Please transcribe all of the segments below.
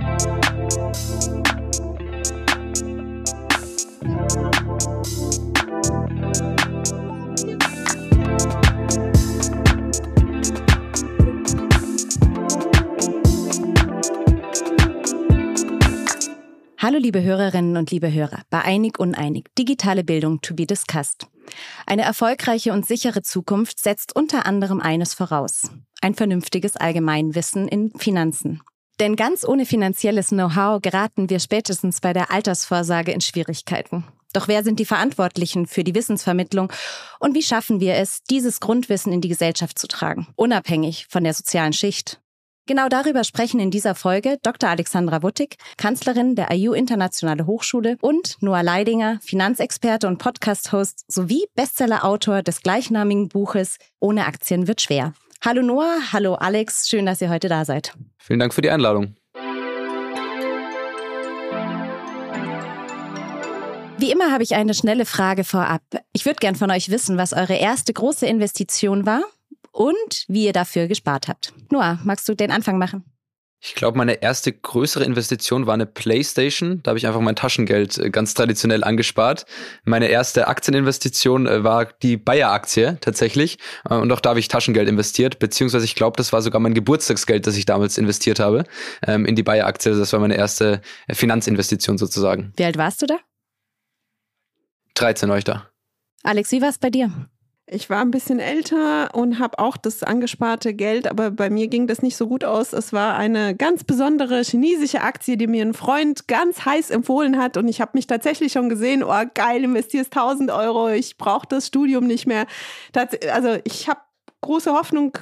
Hallo liebe Hörerinnen und liebe Hörer, bei Einig Uneinig, digitale Bildung to be discussed. Eine erfolgreiche und sichere Zukunft setzt unter anderem eines voraus: ein vernünftiges Allgemeinwissen in Finanzen. Denn ganz ohne finanzielles Know-how geraten wir spätestens bei der Altersvorsorge in Schwierigkeiten. Doch wer sind die Verantwortlichen für die Wissensvermittlung und wie schaffen wir es, dieses Grundwissen in die Gesellschaft zu tragen, unabhängig von der sozialen Schicht? Genau darüber sprechen in dieser Folge Dr. Alexandra Wuttig, Kanzlerin der IU Internationale Hochschule, und Noah Leidinger, Finanzexperte und Podcast-Host sowie Bestseller-Autor des gleichnamigen Buches Ohne Aktien wird schwer. Hallo Noah, hallo Alex, schön, dass ihr heute da seid. Vielen Dank für die Einladung. Wie immer habe ich eine schnelle Frage vorab. Ich würde gern von euch wissen, was eure erste große Investition war und wie ihr dafür gespart habt. Noah, magst du den Anfang machen? Ich glaube, meine erste größere Investition war eine Playstation. Da habe ich einfach mein Taschengeld ganz traditionell angespart. Meine erste Aktieninvestition war die Bayer-Aktie tatsächlich. Und auch da habe ich Taschengeld investiert, beziehungsweise ich glaube, das war sogar mein Geburtstagsgeld, das ich damals investiert habe in die Bayer-Aktie. Das war meine erste Finanzinvestition sozusagen. Wie alt warst du da? 13 war ich da. Alex, wie war es bei dir? Ich war ein bisschen älter und habe auch das angesparte Geld, aber bei mir ging das nicht so gut aus. Es war eine ganz besondere chinesische Aktie, die mir ein Freund ganz heiß empfohlen hat, und ich habe mich tatsächlich schon gesehen, oh geil, investierst 1.000 Euro, ich brauche das Studium nicht mehr. Also ich habe große Hoffnung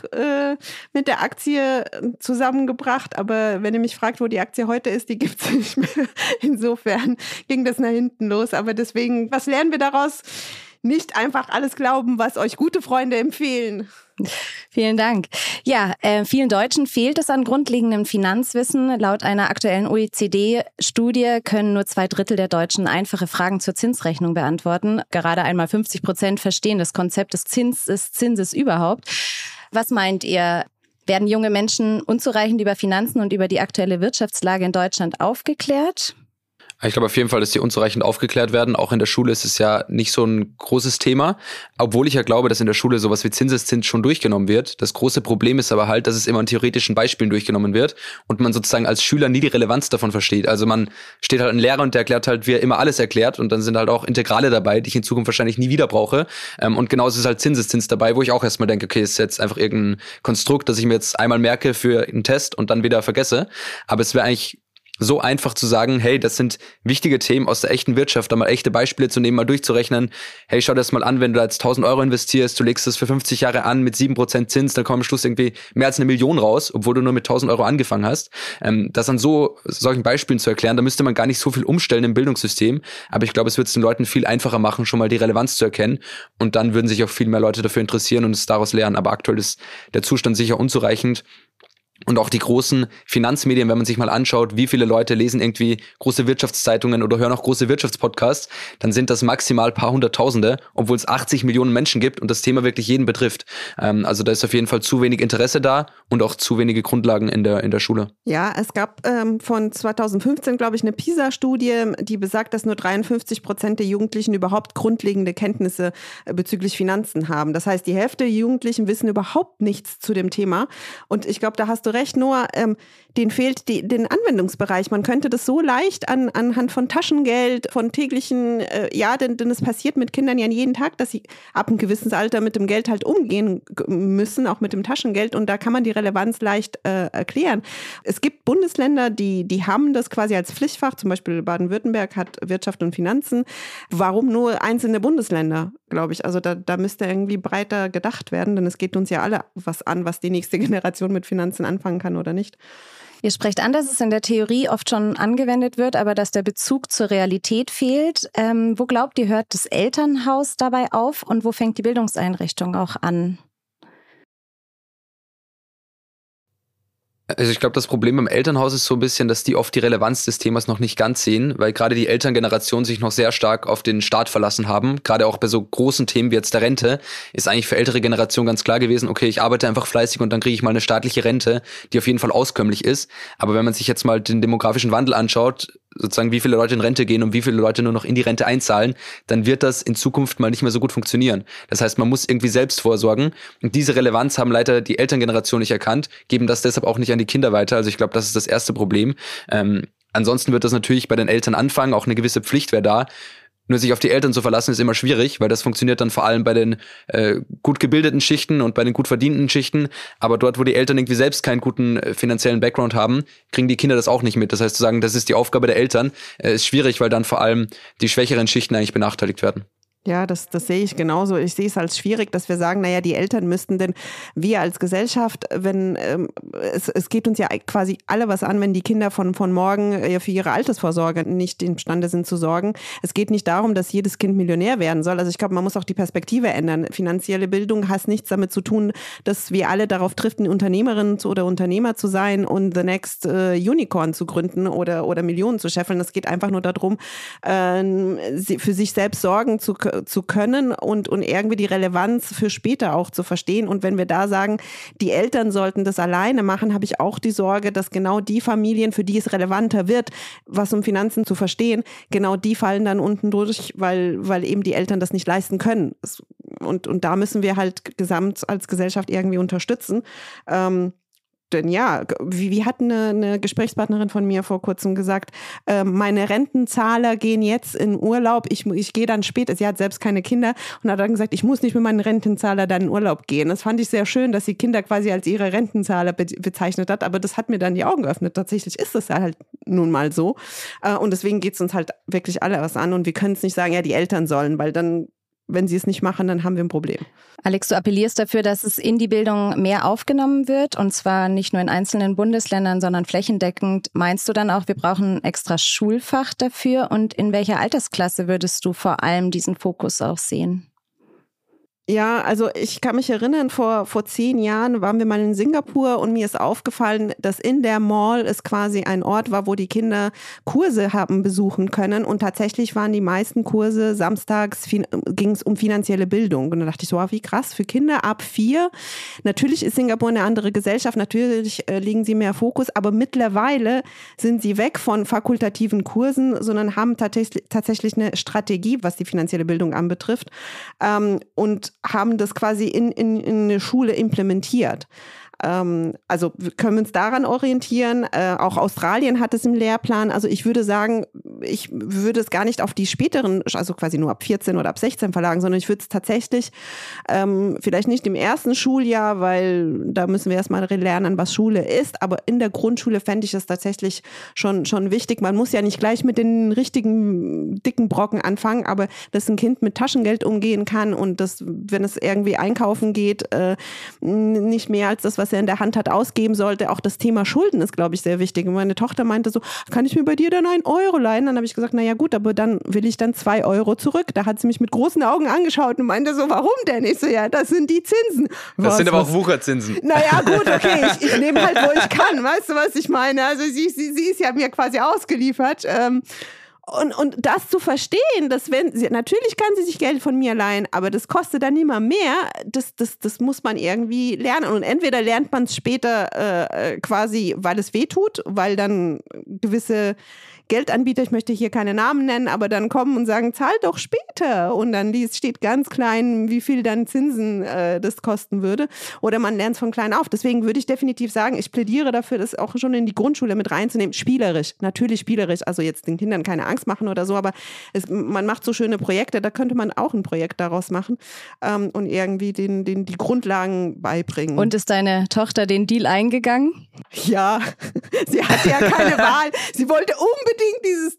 mit der Aktie zusammengebracht, aber wenn ihr mich fragt, wo die Aktie heute ist, die gibt es nicht mehr. Insofern ging das nach hinten los, aber deswegen, was lernen wir daraus? Nicht einfach alles glauben, was euch gute Freunde empfehlen. Vielen Dank. Ja, vielen Deutschen fehlt es an grundlegendem Finanzwissen. Laut einer aktuellen OECD-Studie können nur 2/3 der Deutschen einfache Fragen zur Zinsrechnung beantworten. Gerade einmal 50% verstehen das Konzept des Zinses überhaupt. Was meint ihr? Werden junge Menschen unzureichend über Finanzen und über die aktuelle Wirtschaftslage in Deutschland aufgeklärt? Ich glaube auf jeden Fall, dass die unzureichend aufgeklärt werden. Auch in der Schule ist es ja nicht so ein großes Thema, obwohl ich ja glaube, dass in der Schule sowas wie Zinseszins schon durchgenommen wird. Das große Problem ist aber halt, dass es immer an theoretischen Beispielen durchgenommen wird und man sozusagen als Schüler nie die Relevanz davon versteht. Also man steht halt ein Lehrer und der erklärt halt, wie er immer alles erklärt, und dann sind halt auch Integrale dabei, die ich in Zukunft wahrscheinlich nie wieder brauche. Und genauso ist halt Zinseszins dabei, wo ich auch erstmal denke, okay, ist jetzt einfach irgendein Konstrukt, das ich mir jetzt einmal merke für einen Test und dann wieder vergesse. Aber es wäre eigentlich so einfach zu sagen, hey, das sind wichtige Themen aus der echten Wirtschaft, da mal echte Beispiele zu nehmen, mal durchzurechnen. Hey, schau dir das mal an, wenn du jetzt 1.000 Euro investierst, du legst es für 50 Jahre an mit 7% Zins, dann kommt am Schluss irgendwie mehr als 1 Million raus, obwohl du nur mit 1.000 Euro angefangen hast. Das an solchen Beispielen zu erklären, da müsste man gar nicht so viel umstellen im Bildungssystem, aber ich glaube, es wird es den Leuten viel einfacher machen, schon mal die Relevanz zu erkennen, und dann würden sich auch viel mehr Leute dafür interessieren und es daraus lernen. Aber aktuell ist der Zustand sicher unzureichend. Und auch die großen Finanzmedien, wenn man sich mal anschaut, wie viele Leute lesen irgendwie große Wirtschaftszeitungen oder hören auch große Wirtschaftspodcasts, dann sind das maximal ein paar Hunderttausende, obwohl es 80 Millionen Menschen gibt und das Thema wirklich jeden betrifft. Also da ist auf jeden Fall zu wenig Interesse da und auch zu wenige Grundlagen in der Schule. Ja, es gab von 2015, glaube ich, eine PISA-Studie, die besagt, dass nur 53% der Jugendlichen überhaupt grundlegende Kenntnisse bezüglich Finanzen haben. Das heißt, die Hälfte der Jugendlichen wissen überhaupt nichts zu dem Thema. Und ich glaube, da hast du recht, Noah, denen fehlt den Anwendungsbereich. Man könnte das so leicht anhand von Taschengeld, von täglichen, denn es passiert mit Kindern ja jeden Tag, dass sie ab einem gewissen Alter mit dem Geld halt umgehen müssen, auch mit dem Taschengeld, und da kann man die Relevanz leicht erklären. Es gibt Bundesländer, die haben das quasi als Pflichtfach, zum Beispiel Baden-Württemberg hat Wirtschaft und Finanzen. Warum nur einzelne Bundesländer, glaube ich? Also da müsste irgendwie breiter gedacht werden, denn es geht uns ja alle was an, was die nächste Generation mit Finanzen anfangen kann oder nicht. Ihr sprecht an, dass es in der Theorie oft schon angewendet wird, aber dass der Bezug zur Realität fehlt. Wo glaubt ihr, hört das Elternhaus dabei auf und wo fängt die Bildungseinrichtung auch an? Also ich glaube, das Problem beim Elternhaus ist so ein bisschen, dass die oft die Relevanz des Themas noch nicht ganz sehen, weil gerade die Elterngeneration sich noch sehr stark auf den Staat verlassen haben. Gerade auch bei so großen Themen wie jetzt der Rente ist eigentlich für ältere Generationen ganz klar gewesen, okay, ich arbeite einfach fleißig und dann kriege ich mal eine staatliche Rente, die auf jeden Fall auskömmlich ist. Aber wenn man sich jetzt mal den demografischen Wandel anschaut, sozusagen wie viele Leute in Rente gehen und wie viele Leute nur noch in die Rente einzahlen, dann wird das in Zukunft mal nicht mehr so gut funktionieren. Das heißt, man muss irgendwie selbst vorsorgen und diese Relevanz haben leider die Elterngeneration nicht erkannt, geben das deshalb auch nicht an die Kinder weiter. Also ich glaube, das ist das erste Problem. Ansonsten wird das natürlich bei den Eltern anfangen, auch eine gewisse Pflicht wäre da. Nur sich auf die Eltern zu verlassen, ist immer schwierig, weil das funktioniert dann vor allem bei den gut gebildeten Schichten und bei den gut verdienten Schichten. Aber dort, wo die Eltern irgendwie selbst keinen guten finanziellen Background haben, kriegen die Kinder das auch nicht mit. Das heißt, zu sagen, das ist die Aufgabe der Eltern, ist schwierig, weil dann vor allem die schwächeren Schichten eigentlich benachteiligt werden. Ja, das sehe ich genauso. Ich sehe es als schwierig, dass wir sagen, naja, die Eltern müssten, denn wir als Gesellschaft, wenn es geht uns ja quasi alle was an, wenn die Kinder von morgen für ihre Altersvorsorge nicht imstande sind zu sorgen. Es geht nicht darum, dass jedes Kind Millionär werden soll. Also ich glaube, man muss auch die Perspektive ändern. Finanzielle Bildung hat nichts damit zu tun, dass wir alle darauf driften, Unternehmerinnen oder Unternehmer zu sein und the next Unicorn zu gründen oder Millionen zu scheffeln. Es geht einfach nur darum, für sich selbst sorgen zu können und irgendwie die Relevanz für später auch zu verstehen. Und wenn wir da sagen, die Eltern sollten das alleine machen, habe ich auch die Sorge, dass genau die Familien, für die es relevanter wird, was um Finanzen zu verstehen, genau die fallen dann unten durch, weil eben die Eltern das nicht leisten können. Und da müssen wir halt gesamt als Gesellschaft irgendwie unterstützen. Denn ja, wie hat eine Gesprächspartnerin von mir vor kurzem gesagt, meine Rentenzahler gehen jetzt in Urlaub, ich gehe dann später, sie hat selbst keine Kinder und hat dann gesagt, ich muss nicht mit meinen Rentenzahler dann in Urlaub gehen. Das fand ich sehr schön, dass sie Kinder quasi als ihre Rentenzahler bezeichnet hat, aber das hat mir dann die Augen geöffnet. Tatsächlich ist das halt nun mal so und deswegen geht es uns halt wirklich alle was an und wir können es nicht sagen, ja, die Eltern sollen, weil dann, wenn sie es nicht machen, dann haben wir ein Problem. Alex, du appellierst dafür, dass es in die Bildung mehr aufgenommen wird und zwar nicht nur in einzelnen Bundesländern, sondern flächendeckend. Meinst du dann auch, wir brauchen ein extra Schulfach dafür und in welcher Altersklasse würdest du vor allem diesen Fokus auch sehen? Ja, also ich kann mich erinnern, vor 10 Jahren waren wir mal in Singapur und mir ist aufgefallen, dass in der Mall es quasi ein Ort war, wo die Kinder Kurse haben besuchen können und tatsächlich waren die meisten Kurse samstags, ging es um finanzielle Bildung und da dachte ich so, wie krass, für Kinder ab 4. Natürlich ist Singapur eine andere Gesellschaft, natürlich legen sie mehr Fokus, aber mittlerweile sind sie weg von fakultativen Kursen, sondern haben tatsächlich eine Strategie, was die finanzielle Bildung anbetrifft und haben das quasi in eine Schule implementiert. Also können wir uns daran orientieren. Auch Australien hat es im Lehrplan. Also ich würde sagen, ich würde es gar nicht auf die späteren, also quasi nur ab 14 oder ab 16 verlagern, sondern ich würde es tatsächlich vielleicht nicht im ersten Schuljahr, weil da müssen wir erstmal lernen, was Schule ist. Aber in der Grundschule fände ich es tatsächlich schon wichtig. Man muss ja nicht gleich mit den richtigen dicken Brocken anfangen, aber dass ein Kind mit Taschengeld umgehen kann und das, wenn es irgendwie einkaufen geht, nicht mehr als das, was er in der Hand hat, ausgeben sollte. Auch das Thema Schulden ist, glaube ich, sehr wichtig. Und meine Tochter meinte so, kann ich mir bei dir dann 1 Euro leihen? Dann habe ich gesagt, naja gut, aber dann will ich dann 2 Euro zurück. Da hat sie mich mit großen Augen angeschaut und meinte so, warum denn? Ich so, ja, das sind die Zinsen. Das sind aber auch Wucherzinsen. Naja gut, okay, ich nehme halt, wo ich kann. Weißt du, was ich meine? Also sie ist ja mir quasi ausgeliefert. Und das zu verstehen, dass natürlich kann sie sich Geld von mir leihen, aber das kostet dann immer mehr, das muss man irgendwie lernen. Und entweder lernt man es später quasi, weil es weh tut, weil dann gewisse Geldanbieter, ich möchte hier keine Namen nennen, aber dann kommen und sagen, zahl doch später. Und dann steht ganz klein, wie viel dann Zinsen das kosten würde. Oder man lernt es von klein auf. Deswegen würde ich definitiv sagen, ich plädiere dafür, das auch schon in die Grundschule mit reinzunehmen. Spielerisch, natürlich spielerisch. Also jetzt den Kindern keine Angst machen oder so, aber man macht so schöne Projekte, da könnte man auch ein Projekt daraus machen und irgendwie die Grundlagen beibringen. Und ist deine Tochter den Deal eingegangen? Ja, sie hatte ja keine Wahl. Sie wollte unbedingt dieses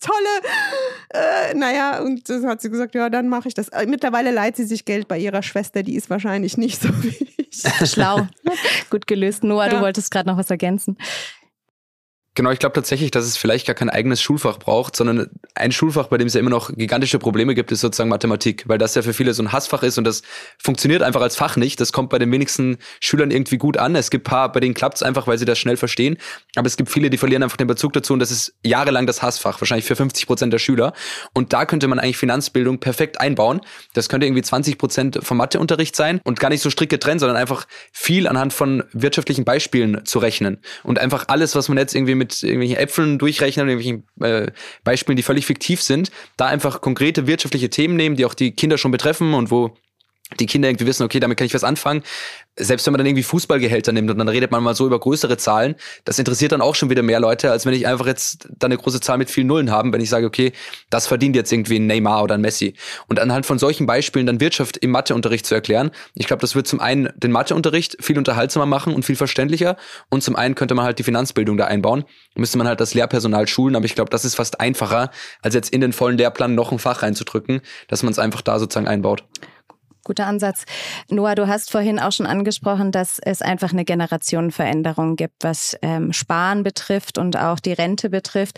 tolle, und das hat sie gesagt, ja, dann mache ich das. Mittlerweile leiht sie sich Geld bei ihrer Schwester, die ist wahrscheinlich nicht so wie ich. Schlau, gut gelöst. Noah, ja. Du wolltest gerade noch was ergänzen. Genau, ich glaube tatsächlich, dass es vielleicht gar kein eigenes Schulfach braucht, sondern ein Schulfach, bei dem es ja immer noch gigantische Probleme gibt, ist sozusagen Mathematik, weil das ja für viele so ein Hassfach ist und das funktioniert einfach als Fach nicht. Das kommt bei den wenigsten Schülern irgendwie gut an. Es gibt ein paar, bei denen klappt es einfach, weil sie das schnell verstehen. Aber es gibt viele, die verlieren einfach den Bezug dazu und das ist jahrelang das Hassfach, wahrscheinlich für 50% der Schüler. Und da könnte man eigentlich Finanzbildung perfekt einbauen. Das könnte irgendwie 20% vom Matheunterricht sein und gar nicht so strikt getrennt, sondern einfach viel anhand von wirtschaftlichen Beispielen zu rechnen. Und einfach alles, was man jetzt irgendwie mit irgendwelchen Äpfeln durchrechnen, irgendwelchen Beispielen, die völlig fiktiv sind, da einfach konkrete wirtschaftliche Themen nehmen, die auch die Kinder schon betreffen und wo die Kinder irgendwie wissen, okay, damit kann ich was anfangen. Selbst wenn man dann irgendwie Fußballgehälter nimmt und dann redet man mal so über größere Zahlen, das interessiert dann auch schon wieder mehr Leute, als wenn ich einfach jetzt da eine große Zahl mit vielen Nullen habe, wenn ich sage, okay, das verdient jetzt irgendwie ein Neymar oder ein Messi. Und anhand von solchen Beispielen dann Wirtschaft im Matheunterricht zu erklären, ich glaube, das wird zum einen den Matheunterricht viel unterhaltsamer machen und viel verständlicher und zum einen könnte man halt die Finanzbildung da einbauen. Müsste man halt das Lehrpersonal schulen, aber ich glaube, das ist fast einfacher, als jetzt in den vollen Lehrplan noch ein Fach reinzudrücken, dass man es einfach da sozusagen einbaut. Guter Ansatz. Noah, du hast vorhin auch schon angesprochen, dass es einfach eine Generationenveränderung gibt, was Sparen betrifft und auch die Rente betrifft.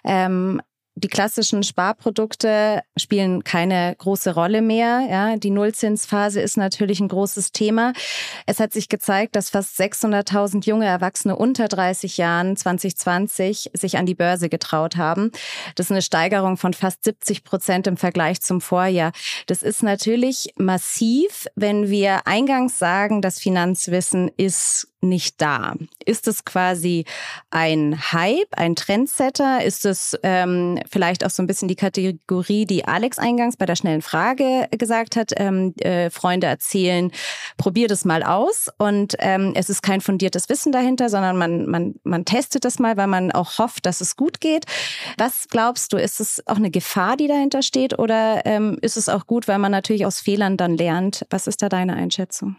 Die klassischen Sparprodukte spielen keine große Rolle mehr. Ja, die Nullzinsphase ist natürlich ein großes Thema. Es hat sich gezeigt, dass fast 600.000 junge Erwachsene unter 30 Jahren 2020 sich an die Börse getraut haben. Das ist eine Steigerung von fast 70% im Vergleich zum Vorjahr. Das ist natürlich massiv, wenn wir eingangs sagen, das Finanzwissen ist nicht da. Ist es quasi ein Hype, ein Trendsetter? Ist es vielleicht auch so ein bisschen die Kategorie, die Alex eingangs bei der schnellen Frage gesagt hat, Freunde erzählen, probier das mal aus und es ist kein fundiertes Wissen dahinter, sondern man testet das mal, weil man auch hofft, dass es gut geht. Was glaubst du, ist es auch eine Gefahr, die dahinter steht oder ist es auch gut, weil man natürlich aus Fehlern dann lernt? Was ist da deine Einschätzung?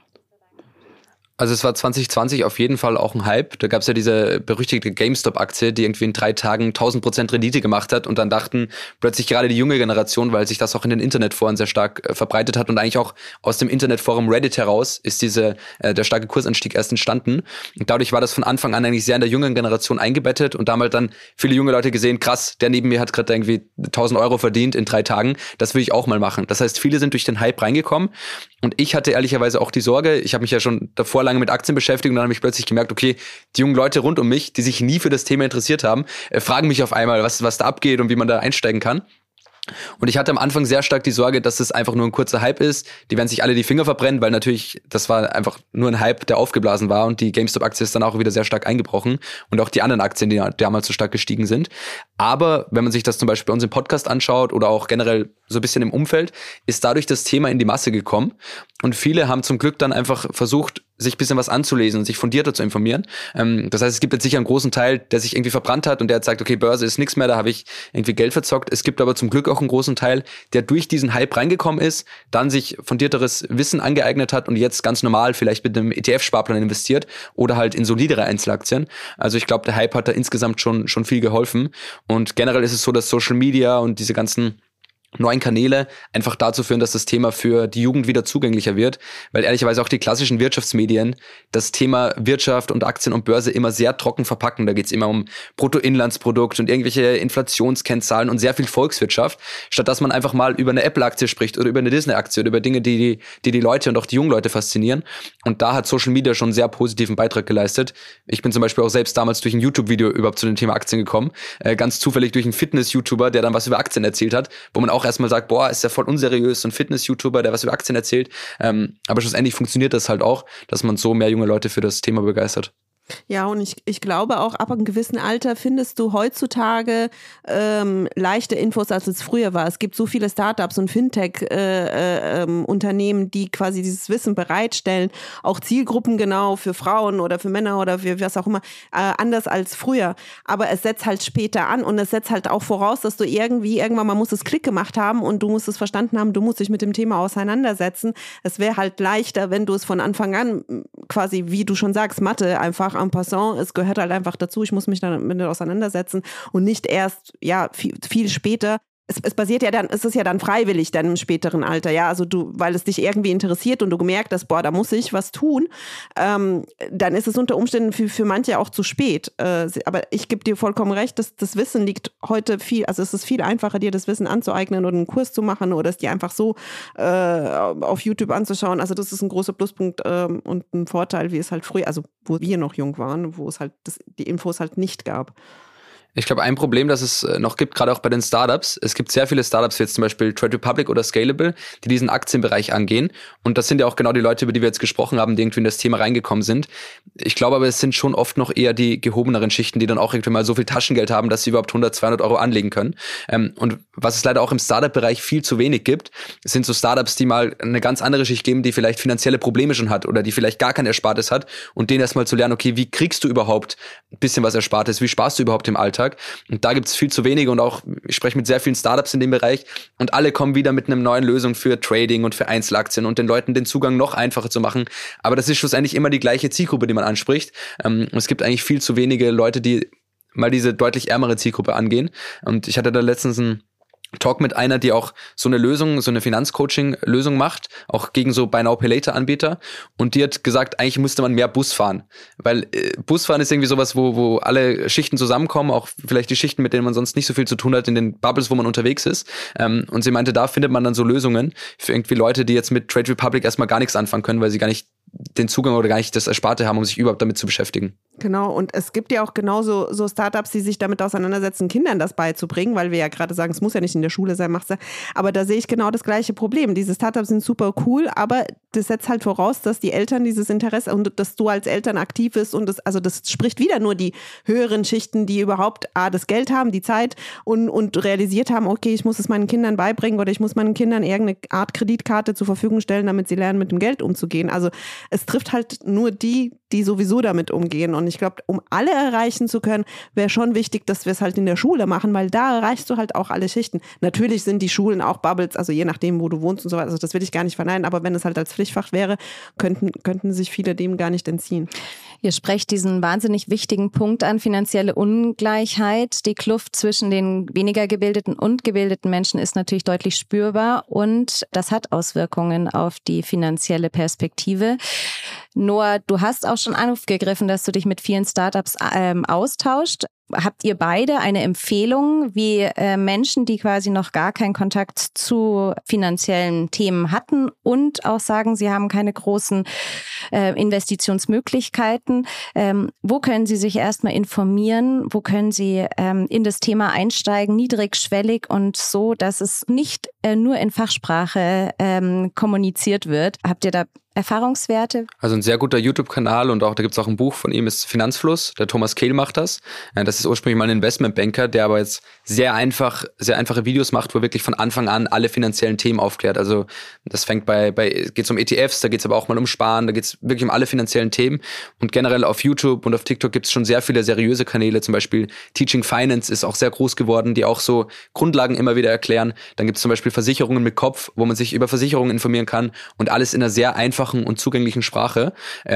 Also es war 2020 auf jeden Fall auch ein Hype. Da gab es ja diese berüchtigte GameStop-Aktie, die irgendwie in 3 Tagen 1000% Rendite gemacht hat und dann dachten plötzlich gerade die junge Generation, weil sich das auch in den Internetforen sehr stark verbreitet hat und eigentlich auch aus dem Internetforum Reddit heraus ist der starke Kursanstieg erst entstanden. Und dadurch war das von Anfang an eigentlich sehr in der jungen Generation eingebettet und da haben halt dann viele junge Leute gesehen, krass, der neben mir hat gerade irgendwie 1.000 Euro verdient in 3 Tagen, das will ich auch mal machen. Das heißt, viele sind durch den Hype reingekommen und ich hatte ehrlicherweise auch die Sorge, ich habe mich ja schon davor lange mit Aktien beschäftigt und dann habe ich plötzlich gemerkt, okay, die jungen Leute rund um mich, die sich nie für das Thema interessiert haben, fragen mich auf einmal, was da abgeht und wie man da einsteigen kann. Und ich hatte am Anfang sehr stark die Sorge, dass es einfach nur ein kurzer Hype ist. Die werden sich alle die Finger verbrennen, weil natürlich, das war einfach nur ein Hype, der aufgeblasen war und die GameStop-Aktie ist dann auch wieder sehr stark eingebrochen und auch die anderen Aktien, die damals so stark gestiegen sind. Aber wenn man sich das zum Beispiel bei uns im Podcast anschaut oder auch generell so ein bisschen im Umfeld, ist dadurch das Thema in die Masse gekommen und viele haben zum Glück dann einfach versucht, sich ein bisschen was anzulesen und sich fundierter zu informieren. Das heißt, es gibt jetzt sicher einen großen Teil, der sich irgendwie verbrannt hat und der jetzt sagt, okay, Börse ist nichts mehr, da habe ich irgendwie Geld verzockt. Es gibt aber zum Glück auch einen großen Teil, der durch diesen Hype reingekommen ist, dann sich fundierteres Wissen angeeignet hat und jetzt ganz normal vielleicht mit einem ETF-Sparplan investiert oder halt in solidere Einzelaktien. Also ich glaube, der Hype hat da insgesamt schon viel geholfen. Und generell ist es so, dass Social Media und diese ganzen neuen Kanäle einfach dazu führen, dass das Thema für die Jugend wieder zugänglicher wird, weil ehrlicherweise auch die klassischen Wirtschaftsmedien das Thema Wirtschaft und Aktien und Börse immer sehr trocken verpacken. Da geht's immer um Bruttoinlandsprodukt und irgendwelche Inflationskennzahlen und sehr viel Volkswirtschaft, statt dass man einfach mal über eine Apple-Aktie spricht oder über eine Disney-Aktie oder über Dinge, die Leute und auch die jungen Leute faszinieren. Und da hat Social Media schon einen sehr positiven Beitrag geleistet. Ich bin zum Beispiel auch selbst damals durch ein YouTube-Video überhaupt zu dem Thema Aktien gekommen, ganz zufällig durch einen Fitness-YouTuber, der dann was über Aktien erzählt hat, wo man auch erstmal sagt, boah, ist ja voll unseriös, so ein Fitness-YouTuber, der was über Aktien erzählt. Aber schlussendlich funktioniert das halt auch, dass man so mehr junge Leute für das Thema begeistert. Ja, und ich glaube auch, ab einem gewissen Alter findest du heutzutage leichte Infos, als es früher war. Es gibt so viele Startups und Fintech-Unternehmen, die quasi dieses Wissen bereitstellen, auch Zielgruppen genau für Frauen oder für Männer oder für was auch immer, anders als früher. Aber es setzt halt später an und es setzt halt auch voraus, dass du irgendwann mal muss es Klick gemacht haben und du musst es verstanden haben, du musst dich mit dem Thema auseinandersetzen. Es wäre halt leichter, wenn du es von Anfang an quasi, wie du schon sagst, Mathe einfach en passant, es gehört halt einfach dazu, ich muss mich damit auseinandersetzen und nicht erst, ja, viel später. es basiert ja dann, es ist ja dann freiwillig dann im späteren Alter, ja, also weil es dich irgendwie interessiert und du gemerkt hast, da muss ich was tun, dann ist es unter Umständen für manche auch zu spät. Aber ich gebe dir vollkommen recht, dass das Wissen liegt heute also es ist viel einfacher, dir das Wissen anzueignen oder einen Kurs zu machen oder es dir einfach so auf YouTube anzuschauen. Also das ist ein großer Pluspunkt und ein Vorteil, wie es halt früher, also wo wir noch jung waren, wo es halt die Infos halt nicht gab. Ich glaube, ein Problem, das es noch gibt, gerade auch bei den Startups, es gibt sehr viele Startups, wie jetzt zum Beispiel Trade Republic oder Scalable, die diesen Aktienbereich angehen. Und das sind ja auch genau die Leute, über die wir jetzt gesprochen haben, die irgendwie in das Thema reingekommen sind. Ich glaube aber, es sind schon oft noch eher die gehobeneren Schichten, die dann auch irgendwie mal so viel Taschengeld haben, dass sie überhaupt 100, 200 Euro anlegen können. Und was es leider auch im Startup-Bereich viel zu wenig gibt, sind so Startups, die mal eine ganz andere Schicht geben, die vielleicht finanzielle Probleme schon hat oder die vielleicht gar kein Erspartes hat und denen erstmal zu lernen, okay, wie kriegst du überhaupt ein bisschen was Erspartes, wie sparst du überhaupt im Alltag? Und da gibt es viel zu wenige und auch, ich spreche mit sehr vielen Startups in dem Bereich und alle kommen wieder mit einer neuen Lösung für Trading und für Einzelaktien und den Leuten den Zugang noch einfacher zu machen. Aber das ist schlussendlich immer die gleiche Zielgruppe, die man anspricht. Es gibt eigentlich viel zu wenige Leute, die mal diese deutlich ärmere Zielgruppe angehen. Und ich hatte da letztens einen Talk mit einer, die auch so eine Lösung, so eine Finanzcoaching-Lösung macht, auch gegen so Buy Now Pay Later-Anbieter. Und die hat gesagt, eigentlich müsste man mehr Bus fahren. Weil Busfahren ist irgendwie sowas, wo alle Schichten zusammenkommen, auch vielleicht die Schichten, mit denen man sonst nicht so viel zu tun hat, in den Bubbles, wo man unterwegs ist. Und sie meinte, da findet man dann so Lösungen für irgendwie Leute, die jetzt mit Trade Republic erstmal gar nichts anfangen können, weil sie gar nicht den Zugang oder gar nicht das Ersparte haben, um sich überhaupt damit zu beschäftigen. Genau, und es gibt ja auch genauso so Startups, die sich damit auseinandersetzen, Kindern das beizubringen, weil wir ja gerade sagen, es muss ja nicht in der Schule sein, aber da sehe ich genau das gleiche Problem. Diese Startups sind super cool, aber das setzt halt voraus, dass die Eltern dieses Interesse und dass du als Eltern aktiv bist und das spricht wieder nur die höheren Schichten, die überhaupt das Geld haben, die Zeit und realisiert haben, okay, ich muss es meinen Kindern beibringen oder ich muss meinen Kindern irgendeine Art Kreditkarte zur Verfügung stellen, damit sie lernen, mit dem Geld umzugehen. Also es trifft halt nur die sowieso damit umgehen. Und ich glaube, um alle erreichen zu können, wäre schon wichtig, dass wir es halt in der Schule machen, weil da erreichst du halt auch alle Schichten. Natürlich sind die Schulen auch Bubbles, also je nachdem, wo du wohnst und so weiter. Also das will ich gar nicht verneinen, aber wenn es halt als Pflichtfach wäre, könnten sich viele dem gar nicht entziehen. Ihr sprecht diesen wahnsinnig wichtigen Punkt an, finanzielle Ungleichheit. Die Kluft zwischen den weniger gebildeten und gebildeten Menschen ist natürlich deutlich spürbar und das hat Auswirkungen auf die finanzielle Perspektive. Noah, du hast auch schon aufgegriffen, dass du dich mit vielen Startups austauscht. Habt ihr beide eine Empfehlung, wie Menschen, die quasi noch gar keinen Kontakt zu finanziellen Themen hatten und auch sagen, sie haben keine großen Investitionsmöglichkeiten, wo können sie sich erstmal informieren, wo können sie in das Thema einsteigen, niedrigschwellig und so, dass es nicht nur in Fachsprache kommuniziert wird? Habt ihr da Erfahrungswerte? Also ein sehr guter YouTube-Kanal und auch da gibt es auch ein Buch von ihm, ist Finanzfluss. Der Thomas Kehl macht das. Das ist ursprünglich mal ein Investmentbanker, der aber jetzt sehr einfache Videos macht, wo er wirklich von Anfang an alle finanziellen Themen aufklärt. Also das fängt geht's um ETFs, da geht's aber auch mal um Sparen, da geht's wirklich um alle finanziellen Themen. Und generell auf YouTube und auf TikTok gibt's schon sehr viele seriöse Kanäle, zum Beispiel Teaching Finance ist auch sehr groß geworden, die auch so Grundlagen immer wieder erklären. Dann gibt's zum Beispiel Versicherungen mit Kopf, wo man sich über Versicherungen informieren kann und alles in einer sehr einfachen und zugänglichen Sprache.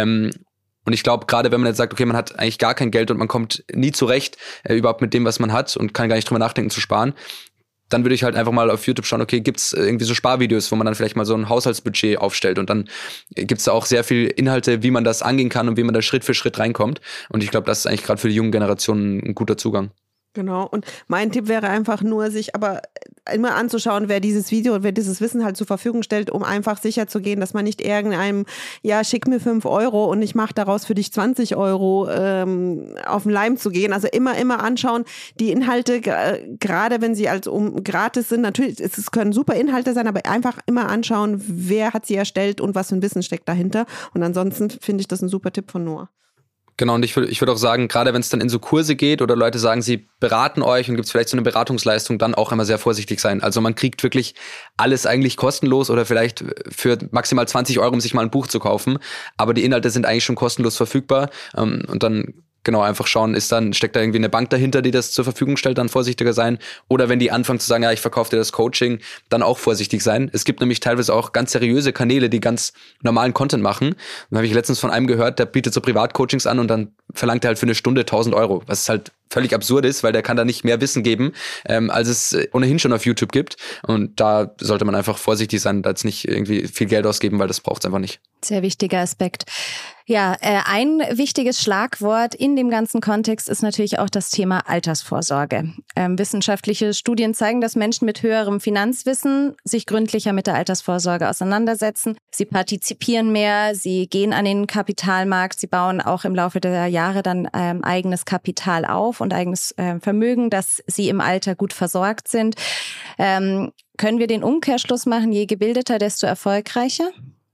Und ich glaube, gerade wenn man jetzt sagt, okay, man hat eigentlich gar kein Geld und man kommt nie zurecht überhaupt mit dem, was man hat und kann gar nicht drüber nachdenken zu sparen, dann würde ich halt einfach mal auf YouTube schauen, okay, gibt's irgendwie so Sparvideos, wo man dann vielleicht mal so ein Haushaltsbudget aufstellt und dann gibt's da auch sehr viel Inhalte, wie man das angehen kann und wie man da Schritt für Schritt reinkommt. Und ich glaube, das ist eigentlich gerade für die jungen Generationen ein guter Zugang. Genau, und mein Tipp wäre einfach nur, sich aber immer anzuschauen, wer dieses Video und wer dieses Wissen halt zur Verfügung stellt, um einfach sicher zu gehen, dass man nicht irgendeinem, ja, schick mir 5 Euro und ich mache daraus für dich 20 Euro auf den Leim zu gehen. Also immer anschauen, die Inhalte, gerade wenn sie gratis sind, natürlich, es können super Inhalte sein, aber einfach immer anschauen, wer hat sie erstellt und was für ein Wissen steckt dahinter. Und ansonsten finde ich das ein super Tipp von Noah. Genau, und ich würd auch sagen, gerade wenn es dann in so Kurse geht oder Leute sagen, sie beraten euch und gibt es vielleicht so eine Beratungsleistung, dann auch immer sehr vorsichtig sein. Also man kriegt wirklich alles eigentlich kostenlos oder vielleicht für maximal 20 Euro, um sich mal ein Buch zu kaufen. Aber die Inhalte sind eigentlich schon kostenlos verfügbar. Und dann genau einfach schauen, steckt da irgendwie eine Bank dahinter, die das zur Verfügung stellt, dann vorsichtiger sein. Oder wenn die anfangen zu sagen, ja, ich verkaufe dir das Coaching, dann auch vorsichtig sein. Es gibt nämlich teilweise auch ganz seriöse Kanäle, die ganz normalen Content machen. Dann habe ich letztens von einem gehört, der bietet so Privatcoachings an und dann verlangt er halt für eine Stunde 1.000 Euro, was halt völlig absurd ist, weil der kann da nicht mehr Wissen geben, als es ohnehin schon auf YouTube gibt. Und da sollte man einfach vorsichtig sein, da jetzt nicht irgendwie viel Geld ausgeben, weil das braucht es einfach nicht. Sehr wichtiger Aspekt. Ja, ein wichtiges Schlagwort in dem ganzen Kontext ist natürlich auch das Thema Altersvorsorge. Wissenschaftliche Studien zeigen, dass Menschen mit höherem Finanzwissen sich gründlicher mit der Altersvorsorge auseinandersetzen. Sie partizipieren mehr, sie gehen an den Kapitalmarkt, sie bauen auch im Laufe der Jahre dann eigenes Kapital auf und eigenes Vermögen, dass sie im Alter gut versorgt sind. Können wir den Umkehrschluss machen, je gebildeter, desto erfolgreicher?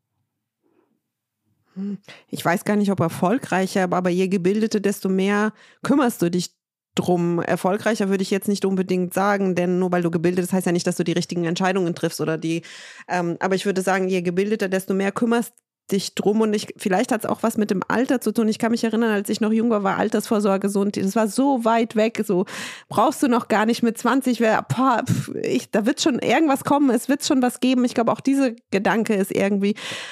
Ich weiß gar nicht, ob erfolgreicher, aber je gebildeter, desto mehr kümmerst du dich drum. Erfolgreicher würde ich jetzt nicht unbedingt sagen, denn nur weil du gebildet bist, heißt ja nicht, dass du die richtigen Entscheidungen triffst oder aber ich würde sagen, je gebildeter, desto mehr kümmerst dich drum und vielleicht hat es auch was mit dem Alter zu tun. Ich kann mich erinnern, als ich noch jung war Altersvorsorge so und das war so weit weg, so brauchst du noch gar nicht mit 20, da wird schon irgendwas kommen, es wird schon was geben. Ich glaube, auch dieser Gedanke ist irgendwie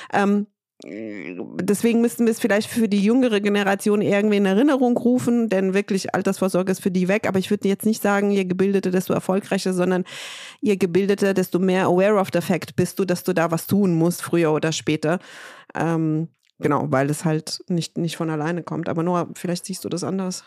deswegen müssten wir es vielleicht für die jüngere Generation irgendwie in Erinnerung rufen, denn wirklich Altersvorsorge ist für die weg, aber ich würde jetzt nicht sagen, je gebildeter, desto erfolgreicher, sondern je gebildeter, desto mehr aware of the fact bist du, dass du da was tun musst, früher oder später. Genau, weil es halt nicht von alleine kommt, aber Noah, vielleicht siehst du das anders.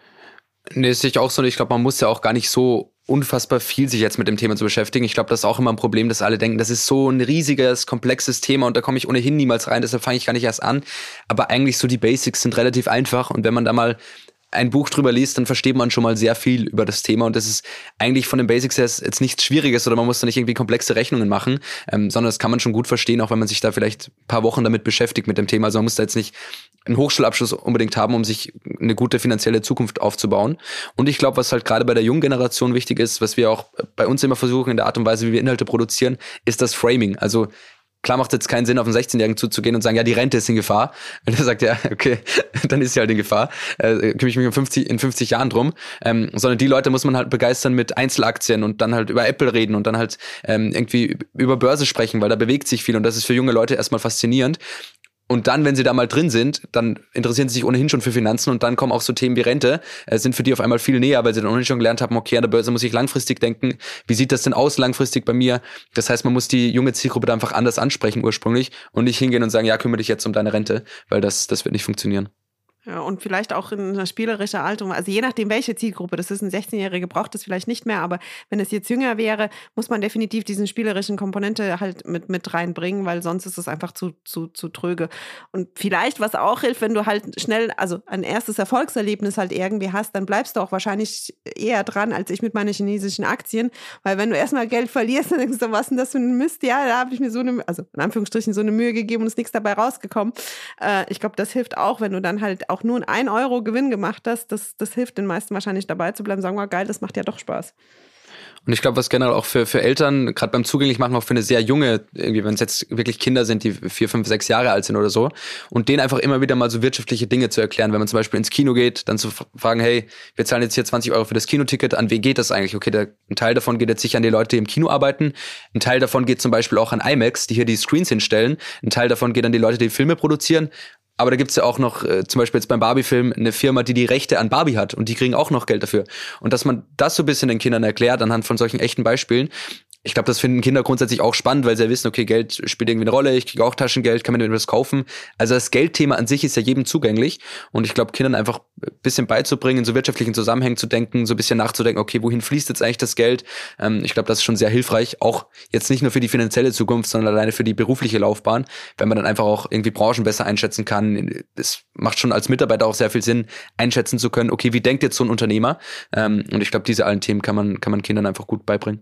Nee, das sehe ich auch so. Ich glaube, man muss ja auch gar nicht so unfassbar viel sich jetzt mit dem Thema zu beschäftigen. Ich glaube, das ist auch immer ein Problem, dass alle denken, das ist so ein riesiges, komplexes Thema und da komme ich ohnehin niemals rein, deshalb fange ich gar nicht erst an. Aber eigentlich so die Basics sind relativ einfach und wenn man da mal ein Buch drüber liest, dann versteht man schon mal sehr viel über das Thema und das ist eigentlich von den Basics her jetzt nichts Schwieriges oder man muss da nicht irgendwie komplexe Rechnungen machen, sondern das kann man schon gut verstehen, auch wenn man sich da vielleicht ein paar Wochen damit beschäftigt mit dem Thema. Also man muss da jetzt nicht einen Hochschulabschluss unbedingt haben, um sich eine gute finanzielle Zukunft aufzubauen. Und ich glaube, was halt gerade bei der jungen Generation wichtig ist, was wir auch bei uns immer versuchen in der Art und Weise, wie wir Inhalte produzieren, ist das Framing. Also klar macht es jetzt keinen Sinn, auf einen 16-Jährigen zuzugehen und sagen, ja, die Rente ist in Gefahr. Und er sagt, ja, okay, dann ist sie halt in Gefahr. Kümmere ich mich in 50 Jahren drum. Sondern die Leute muss man halt begeistern mit Einzelaktien und dann halt über Apple reden und dann halt irgendwie über Börse sprechen, weil da bewegt sich viel und das ist für junge Leute erstmal faszinierend. Und dann, wenn sie da mal drin sind, dann interessieren sie sich ohnehin schon für Finanzen und dann kommen auch so Themen wie Rente, sind für die auf einmal viel näher, weil sie dann ohnehin schon gelernt haben, okay, an der Börse muss ich langfristig denken. Wie sieht das denn aus langfristig bei mir? Das heißt, man muss die junge Zielgruppe da einfach anders ansprechen ursprünglich und nicht hingehen und sagen, ja, kümmere dich jetzt um deine Rente, weil das wird nicht funktionieren. Ja, und vielleicht auch in einer spielerischen Haltung, also je nachdem, welche Zielgruppe, das ist ein 16-Jähriger, braucht das vielleicht nicht mehr, aber wenn es jetzt jünger wäre, muss man definitiv diesen spielerischen Komponente halt mit reinbringen, weil sonst ist es einfach zu tröge. Und vielleicht, was auch hilft, wenn du halt schnell, also ein erstes Erfolgserlebnis halt irgendwie hast, dann bleibst du auch wahrscheinlich eher dran, als ich mit meinen chinesischen Aktien, weil wenn du erstmal Geld verlierst, dann denkst du, was denn das für ein Mist? Ja, da habe ich mir also in Anführungsstrichen so eine Mühe gegeben und ist nichts dabei rausgekommen. Ich glaube, das hilft auch, wenn du dann halt auch nur einen 1 Euro Gewinn gemacht hast, das hilft den meisten wahrscheinlich dabei zu bleiben, sagen wir, geil, das macht ja doch Spaß. Und ich glaube, was generell auch für Eltern, gerade beim Zugänglich machen, auch für eine sehr junge, irgendwie, wenn es jetzt wirklich Kinder sind, die 4, 5, 6 Jahre alt sind oder so, und denen einfach immer wieder mal so wirtschaftliche Dinge zu erklären. Wenn man zum Beispiel ins Kino geht, dann zu fragen, hey, wir zahlen jetzt hier 20 Euro für das Kinoticket, an wen geht das eigentlich? Okay, ein Teil davon geht jetzt sicher an die Leute, die im Kino arbeiten, ein Teil davon geht zum Beispiel auch an IMAX, die hier die Screens hinstellen, ein Teil davon geht an die Leute, die Filme produzieren. Aber da gibt's ja auch noch, zum Beispiel jetzt beim Barbie-Film, eine Firma, die Rechte an Barbie hat und die kriegen auch noch Geld dafür. Und dass man das so ein bisschen den Kindern erklärt, anhand von solchen echten Beispielen, ich glaube, das finden Kinder grundsätzlich auch spannend, weil sie ja wissen, okay, Geld spielt irgendwie eine Rolle, ich kriege auch Taschengeld, kann mir damit was kaufen. Also das Geldthema an sich ist ja jedem zugänglich und ich glaube, Kindern einfach ein bisschen beizubringen, in so wirtschaftlichen Zusammenhängen zu denken, so ein bisschen nachzudenken, okay, wohin fließt jetzt eigentlich das Geld? Ich glaube, das ist schon sehr hilfreich, auch jetzt nicht nur für die finanzielle Zukunft, sondern alleine für die berufliche Laufbahn, wenn man dann einfach auch irgendwie Branchen besser einschätzen kann. Es macht schon als Mitarbeiter auch sehr viel Sinn, einschätzen zu können, okay, wie denkt jetzt so ein Unternehmer? Und ich glaube, diese allen Themen kann man Kindern einfach gut beibringen.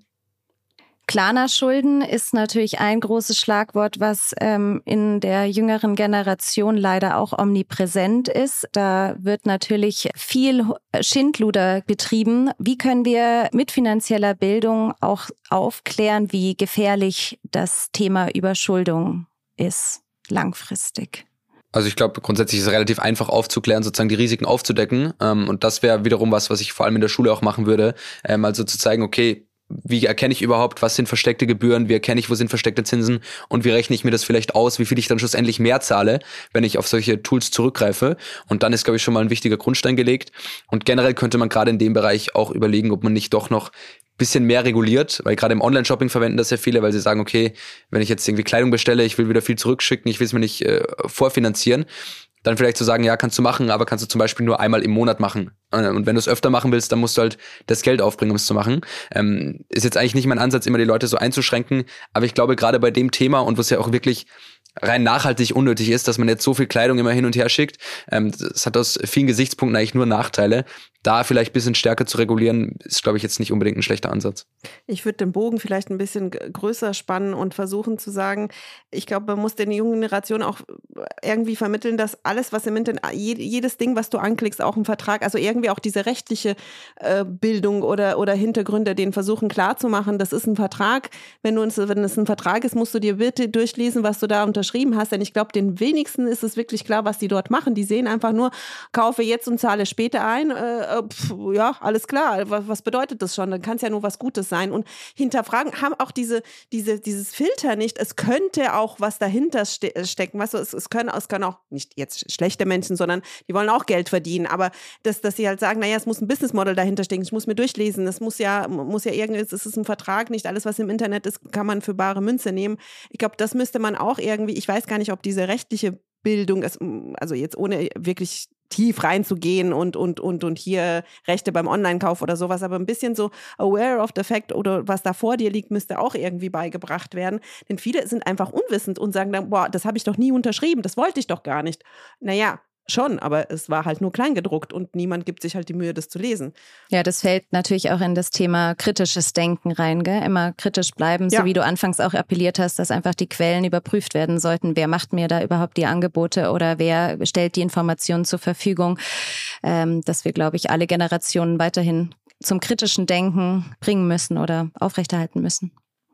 Klarna-Schulden ist natürlich ein großes Schlagwort, was in der jüngeren Generation leider auch omnipräsent ist. Da wird natürlich viel Schindluder betrieben. Wie können wir mit finanzieller Bildung auch aufklären, wie gefährlich das Thema Überschuldung ist, langfristig? Also ich glaube, grundsätzlich ist es relativ einfach aufzuklären, sozusagen die Risiken aufzudecken. Und das wäre wiederum was ich vor allem in der Schule auch machen würde. Also zu zeigen, okay, wie erkenne ich überhaupt, was sind versteckte Gebühren, wie erkenne ich, wo sind versteckte Zinsen und wie rechne ich mir das vielleicht aus, wie viel ich dann schlussendlich mehr zahle, wenn ich auf solche Tools zurückgreife. Und dann ist, glaube ich, schon mal ein wichtiger Grundstein gelegt. Und generell könnte man gerade in dem Bereich auch überlegen, ob man nicht doch noch bisschen mehr reguliert, weil gerade im Online-Shopping verwenden das ja viele, weil sie sagen, okay, wenn ich jetzt irgendwie Kleidung bestelle, ich will wieder viel zurückschicken, ich will es mir nicht vorfinanzieren, dann vielleicht zu sagen, ja, kannst du machen, aber kannst du zum Beispiel nur einmal im Monat machen. Und wenn du es öfter machen willst, dann musst du halt das Geld aufbringen, um es zu machen. Ist jetzt eigentlich nicht mein Ansatz, immer die Leute so einzuschränken, aber ich glaube, gerade bei dem Thema und was ja auch wirklich rein nachhaltig unnötig ist, dass man jetzt so viel Kleidung immer hin und her schickt, das hat aus vielen Gesichtspunkten eigentlich nur Nachteile. Da vielleicht ein bisschen stärker zu regulieren, ist, glaube ich, jetzt nicht unbedingt ein schlechter Ansatz. Ich würde den Bogen vielleicht ein bisschen größer spannen und versuchen zu sagen, ich glaube, man muss der jungen Generation auch irgendwie vermitteln, dass alles, was im Internet, jedes Ding, was du anklickst, auch ein Vertrag, also irgendwie auch diese rechtliche Bildung oder Hintergründe, den versuchen klarzumachen, das ist ein Vertrag. Wenn es ein Vertrag ist, musst du dir bitte durchlesen, was du da unterschrieben hast, denn ich glaube, den wenigsten ist es wirklich klar, was die dort machen. Die sehen einfach nur, kaufe jetzt und zahle später ein, ja, alles klar, was bedeutet das schon? Dann kann es ja nur was Gutes sein. Und hinterfragen, haben auch dieses Filter nicht, es könnte auch was dahinter stecken. Weißt du, es können auch nicht jetzt schlechte Menschen, sondern die wollen auch Geld verdienen, aber dass sie halt sagen, naja, es muss ein Business Model dahinter stecken, ich muss mir durchlesen, es muss ja irgendwie, es ist ein Vertrag, nicht alles, was im Internet ist, kann man für bare Münze nehmen. Ich glaube, das müsste man auch irgendwie, ich weiß gar nicht, ob diese rechtliche Bildung ist, also jetzt ohne wirklich tief reinzugehen und hier Rechte beim Online-Kauf oder sowas, aber ein bisschen so aware of the fact oder was da vor dir liegt, müsste auch irgendwie beigebracht werden. Denn viele sind einfach unwissend und sagen dann, boah, das habe ich doch nie unterschrieben, das wollte ich doch gar nicht. Naja, schon, aber es war halt nur kleingedruckt und niemand gibt sich halt die Mühe, das zu lesen. Ja, das fällt natürlich auch in das Thema kritisches Denken rein, gell? Immer kritisch bleiben, Ja. so wie du anfangs auch appelliert hast, dass einfach die Quellen überprüft werden sollten. Wer macht mir da überhaupt die Angebote oder wer stellt die Informationen zur Verfügung? Dass wir, glaube ich, alle Generationen weiterhin zum kritischen Denken bringen müssen oder aufrechterhalten müssen.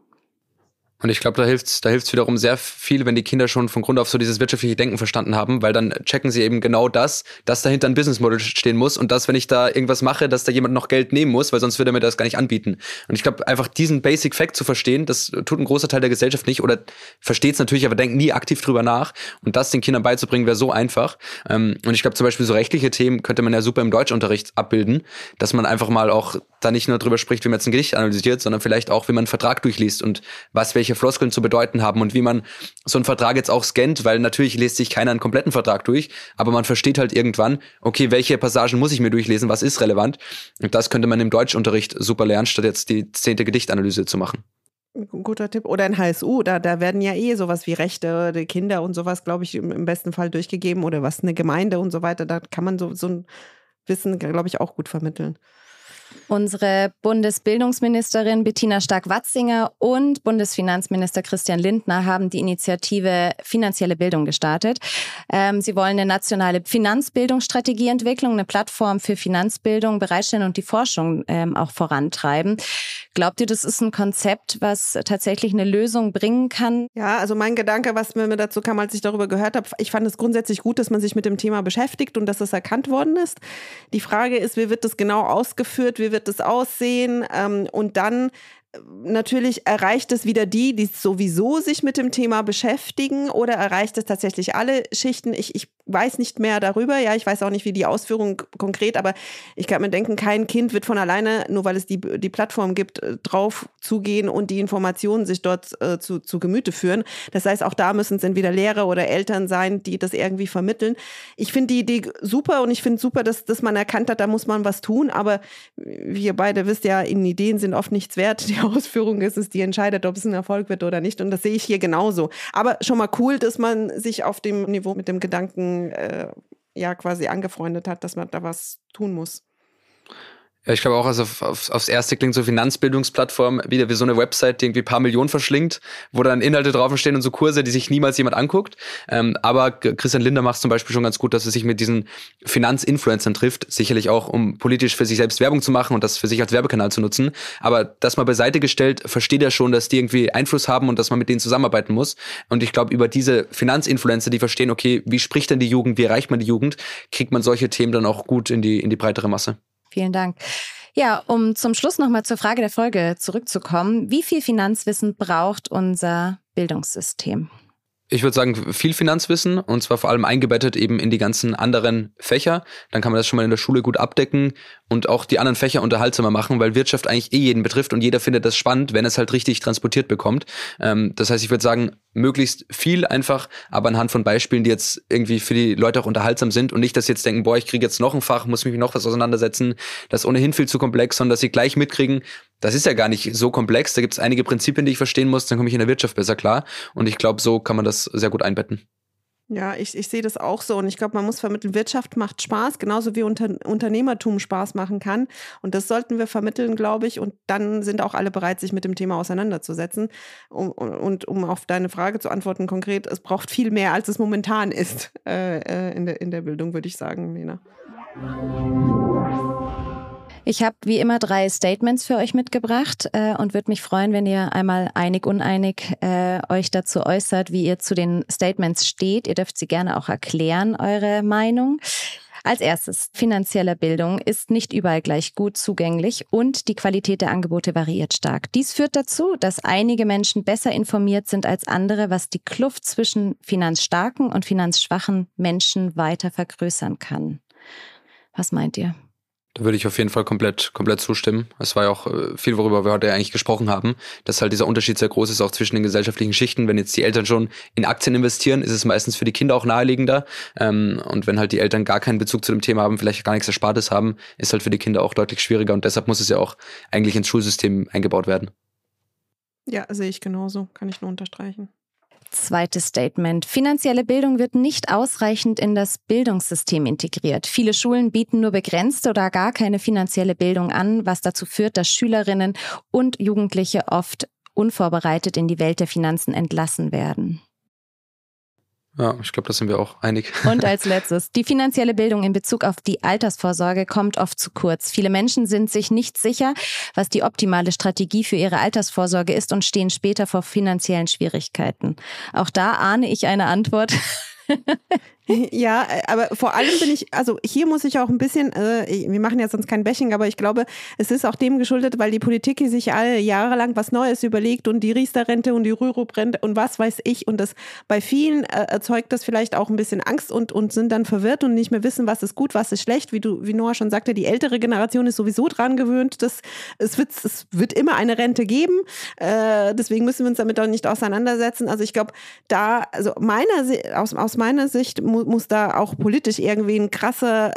Und ich glaube, da hilft's wiederum sehr viel, wenn die Kinder schon von Grund auf so dieses wirtschaftliche Denken verstanden haben, weil dann checken sie eben genau dass dahinter ein Business Model stehen muss und dass, wenn ich da irgendwas mache, dass da jemand noch Geld nehmen muss, weil sonst würde er mir das gar nicht anbieten. Und ich glaube, einfach diesen Basic Fact zu verstehen, das tut ein großer Teil der Gesellschaft nicht oder versteht es natürlich, aber denkt nie aktiv drüber nach. Und das den Kindern beizubringen, wäre so einfach. Und ich glaube, zum Beispiel so rechtliche Themen könnte man ja super im Deutschunterricht abbilden, dass man einfach mal auch da nicht nur drüber spricht, wie man jetzt ein Gedicht analysiert, sondern vielleicht auch, wie man einen Vertrag durchliest und welche Floskeln zu bedeuten haben und wie man so einen Vertrag jetzt auch scannt, weil natürlich liest sich keiner einen kompletten Vertrag durch, aber man versteht halt irgendwann, okay, welche Passagen muss ich mir durchlesen, was ist relevant, und das könnte man im Deutschunterricht super lernen, statt jetzt die 10. Gedichtanalyse zu machen. Guter Tipp. Oder in HSU, da werden ja sowas wie Rechte der Kinder und sowas, glaube ich, im besten Fall durchgegeben oder was eine Gemeinde und so weiter, da kann man so ein Wissen, glaube ich, auch gut vermitteln. Unsere Bundesbildungsministerin Bettina Stark-Watzinger und Bundesfinanzminister Christian Lindner haben die Initiative Finanzielle Bildung gestartet. Sie wollen eine nationale Finanzbildungsstrategie entwickeln, eine Plattform für Finanzbildung bereitstellen und die Forschung auch vorantreiben. Glaubt ihr, das ist ein Konzept, was tatsächlich eine Lösung bringen kann? Ja, also mein Gedanke, was mir dazu kam, als ich darüber gehört habe, ich fand es grundsätzlich gut, dass man sich mit dem Thema beschäftigt und dass das erkannt worden ist. Die Frage ist, wie wird das genau ausgeführt, wie wird das aussehen? Und dann natürlich erreicht es wieder die sowieso sich mit dem Thema beschäftigen, oder erreicht es tatsächlich alle Schichten? Ich weiß nicht mehr darüber, ja, ich weiß auch nicht, wie die Ausführung konkret, aber ich kann mir denken, kein Kind wird von alleine, nur weil es die Plattform gibt, drauf zugehen und die Informationen sich dort zu Gemüte führen. Das heißt, auch da müssen es entweder Lehrer oder Eltern sein, die das irgendwie vermitteln. Ich finde die Idee super und ich finde super, dass man erkannt hat, da muss man was tun, aber wir beide wisst ja, Ideen sind oft nichts wert. Die Ausführung ist es, die entscheidet, ob es ein Erfolg wird oder nicht, und das sehe ich hier genauso. Aber schon mal cool, dass man sich auf dem Niveau mit dem Gedanken quasi angefreundet hat, dass man da was tun muss. Ja, ich glaube auch, also aufs Erste klingt so Finanzbildungsplattform wieder wie so eine Website, die irgendwie ein paar Millionen verschlingt, wo dann Inhalte draufstehen und so Kurse, die sich niemals jemand anguckt. Aber Christian Lindner macht es zum Beispiel schon ganz gut, dass er sich mit diesen Finanzinfluencern trifft, sicherlich auch, um politisch für sich selbst Werbung zu machen und das für sich als Werbekanal zu nutzen. Aber das mal beiseite gestellt, versteht er schon, dass die irgendwie Einfluss haben und dass man mit denen zusammenarbeiten muss. Und ich glaube, über diese Finanzinfluencer, die verstehen, okay, wie spricht denn die Jugend, wie erreicht man die Jugend, kriegt man solche Themen dann auch gut in die breitere Masse. Vielen Dank. Ja, um zum Schluss nochmal zur Frage der Folge zurückzukommen. Wie viel Finanzwissen braucht unser Bildungssystem? Ich würde sagen, viel Finanzwissen und zwar vor allem eingebettet eben in die ganzen anderen Fächer. Dann kann man das schon mal in der Schule gut abdecken und auch die anderen Fächer unterhaltsamer machen, weil Wirtschaft eigentlich jeden betrifft und jeder findet das spannend, wenn es halt richtig transportiert bekommt. Das heißt, ich würde sagen, möglichst viel einfach, aber anhand von Beispielen, die jetzt irgendwie für die Leute auch unterhaltsam sind und nicht, dass sie jetzt denken, boah, ich kriege jetzt noch ein Fach, muss mich noch was auseinandersetzen, das ist ohnehin viel zu komplex, sondern dass sie gleich mitkriegen, das ist ja gar nicht so komplex, da gibt es einige Prinzipien, die ich verstehen muss, dann komme ich in der Wirtschaft besser klar und ich glaube, so kann man das sehr gut einbetten. Ja, ich sehe das auch so und ich glaube, man muss vermitteln, Wirtschaft macht Spaß, genauso wie Unternehmertum Spaß machen kann und das sollten wir vermitteln, glaube ich, und dann sind auch alle bereit, sich mit dem Thema auseinanderzusetzen und um auf deine Frage zu antworten konkret, es braucht viel mehr, als es momentan ist in der Bildung, würde ich sagen, Lena. Ich habe wie immer 3 Statements für euch mitgebracht und würde mich freuen, wenn ihr einmal einig, uneinig euch dazu äußert, wie ihr zu den Statements steht. Ihr dürft sie gerne auch erklären, eure Meinung. Als erstes, finanzielle Bildung ist nicht überall gleich gut zugänglich und die Qualität der Angebote variiert stark. Dies führt dazu, dass einige Menschen besser informiert sind als andere, was die Kluft zwischen finanzstarken und finanzschwachen Menschen weiter vergrößern kann. Was meint ihr? Da würde ich auf jeden Fall komplett zustimmen. Es war ja auch viel, worüber wir heute eigentlich gesprochen haben, dass halt dieser Unterschied sehr groß ist, auch zwischen den gesellschaftlichen Schichten. Wenn jetzt die Eltern schon in Aktien investieren, ist es meistens für die Kinder auch naheliegender. Und wenn halt die Eltern gar keinen Bezug zu dem Thema haben, vielleicht gar nichts Erspartes haben, ist halt für die Kinder auch deutlich schwieriger. Und deshalb muss es ja auch eigentlich ins Schulsystem eingebaut werden. Ja, sehe ich genauso. Kann ich nur unterstreichen. Zweites Statement. Finanzielle Bildung wird nicht ausreichend in das Bildungssystem integriert. Viele Schulen bieten nur begrenzte oder gar keine finanzielle Bildung an, was dazu führt, dass Schülerinnen und Jugendliche oft unvorbereitet in die Welt der Finanzen entlassen werden. Ja, ich glaube, da sind wir auch einig. Und als letztes, die finanzielle Bildung in Bezug auf die Altersvorsorge kommt oft zu kurz. Viele Menschen sind sich nicht sicher, was die optimale Strategie für ihre Altersvorsorge ist und stehen später vor finanziellen Schwierigkeiten. Auch da ahne ich eine Antwort. Ja, aber vor allem hier muss ich auch ein bisschen, wir machen ja sonst kein Bashing, aber ich glaube, es ist auch dem geschuldet, weil die Politik sich alle Jahre lang was Neues überlegt und die Riester-Rente und die Rürup-Rente und was weiß ich und das bei vielen erzeugt das vielleicht auch ein bisschen Angst und sind dann verwirrt und nicht mehr wissen, was ist gut, was ist schlecht, wie Noah schon sagte, die ältere Generation ist sowieso dran gewöhnt, dass es wird immer eine Rente geben, deswegen müssen wir uns damit auch nicht auseinandersetzen, also ich glaube, aus meiner Sicht muss da auch politisch irgendwie ein krasses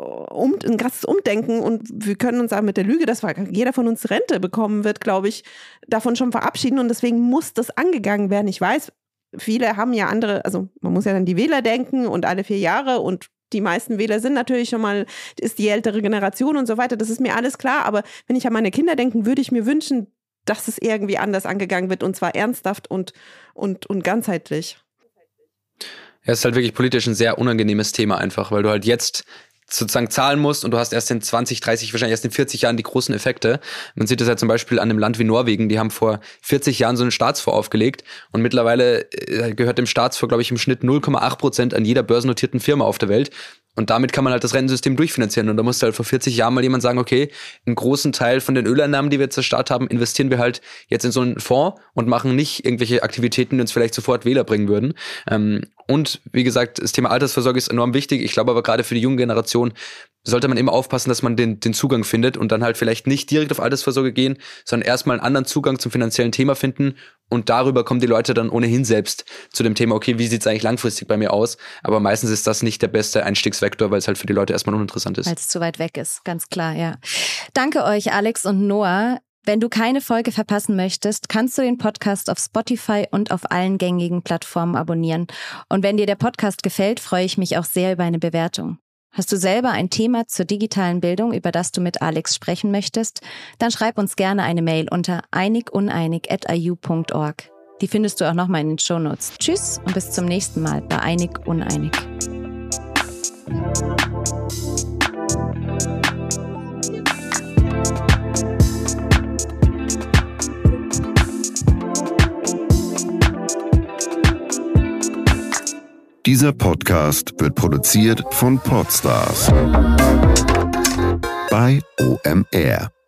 Umdenken und wir können uns auch mit der Lüge, dass jeder von uns Rente bekommen wird, glaube ich, davon schon verabschieden und deswegen muss das angegangen werden. Ich weiß, viele haben ja andere, also man muss ja dann die Wähler denken und alle 4 Jahre und die meisten Wähler sind natürlich schon mal, ist die ältere Generation und so weiter, das ist mir alles klar, aber wenn ich an meine Kinder denke, würde ich mir wünschen, dass es irgendwie anders angegangen wird und zwar ernsthaft und ganzheitlich. Ja, es ist halt wirklich politisch ein sehr unangenehmes Thema einfach, weil du halt jetzt sozusagen zahlen musst und du hast erst in 20, 30, wahrscheinlich erst in 40 Jahren die großen Effekte. Man sieht das ja zum Beispiel an einem Land wie Norwegen, die haben vor 40 Jahren so einen Staatsfonds aufgelegt und mittlerweile gehört dem Staatsfonds, glaube ich, im Schnitt 0,8% an jeder börsennotierten Firma auf der Welt. Und damit kann man halt das Rentensystem durchfinanzieren. Und da musste halt vor 40 Jahren mal jemand sagen, okay, einen großen Teil von den Öleinnahmen, die wir jetzt als Staat haben, investieren wir halt jetzt in so einen Fonds und machen nicht irgendwelche Aktivitäten, die uns vielleicht sofort Wähler bringen würden. Und wie gesagt, das Thema Altersvorsorge ist enorm wichtig. Ich glaube aber gerade für die junge Generation sollte man immer aufpassen, dass man den Zugang findet und dann halt vielleicht nicht direkt auf Altersvorsorge gehen, sondern erstmal einen anderen Zugang zum finanziellen Thema finden und darüber kommen die Leute dann ohnehin selbst zu dem Thema, okay, wie sieht es eigentlich langfristig bei mir aus? Aber meistens ist das nicht der beste Einstiegsvektor, weil es halt für die Leute erstmal uninteressant ist. Weil es zu weit weg ist, ganz klar, ja. Danke euch, Alex und Noah. Wenn du keine Folge verpassen möchtest, kannst du den Podcast auf Spotify und auf allen gängigen Plattformen abonnieren. Und wenn dir der Podcast gefällt, freue ich mich auch sehr über eine Bewertung. Hast du selber ein Thema zur digitalen Bildung, über das du mit Alex sprechen möchtest? Dann schreib uns gerne eine Mail unter einiguneinig@iu.org. Die findest du auch nochmal in den Shownotes. Tschüss und bis zum nächsten Mal bei Einig Uneinig. Dieser Podcast wird produziert von Podstars bei bei OMR.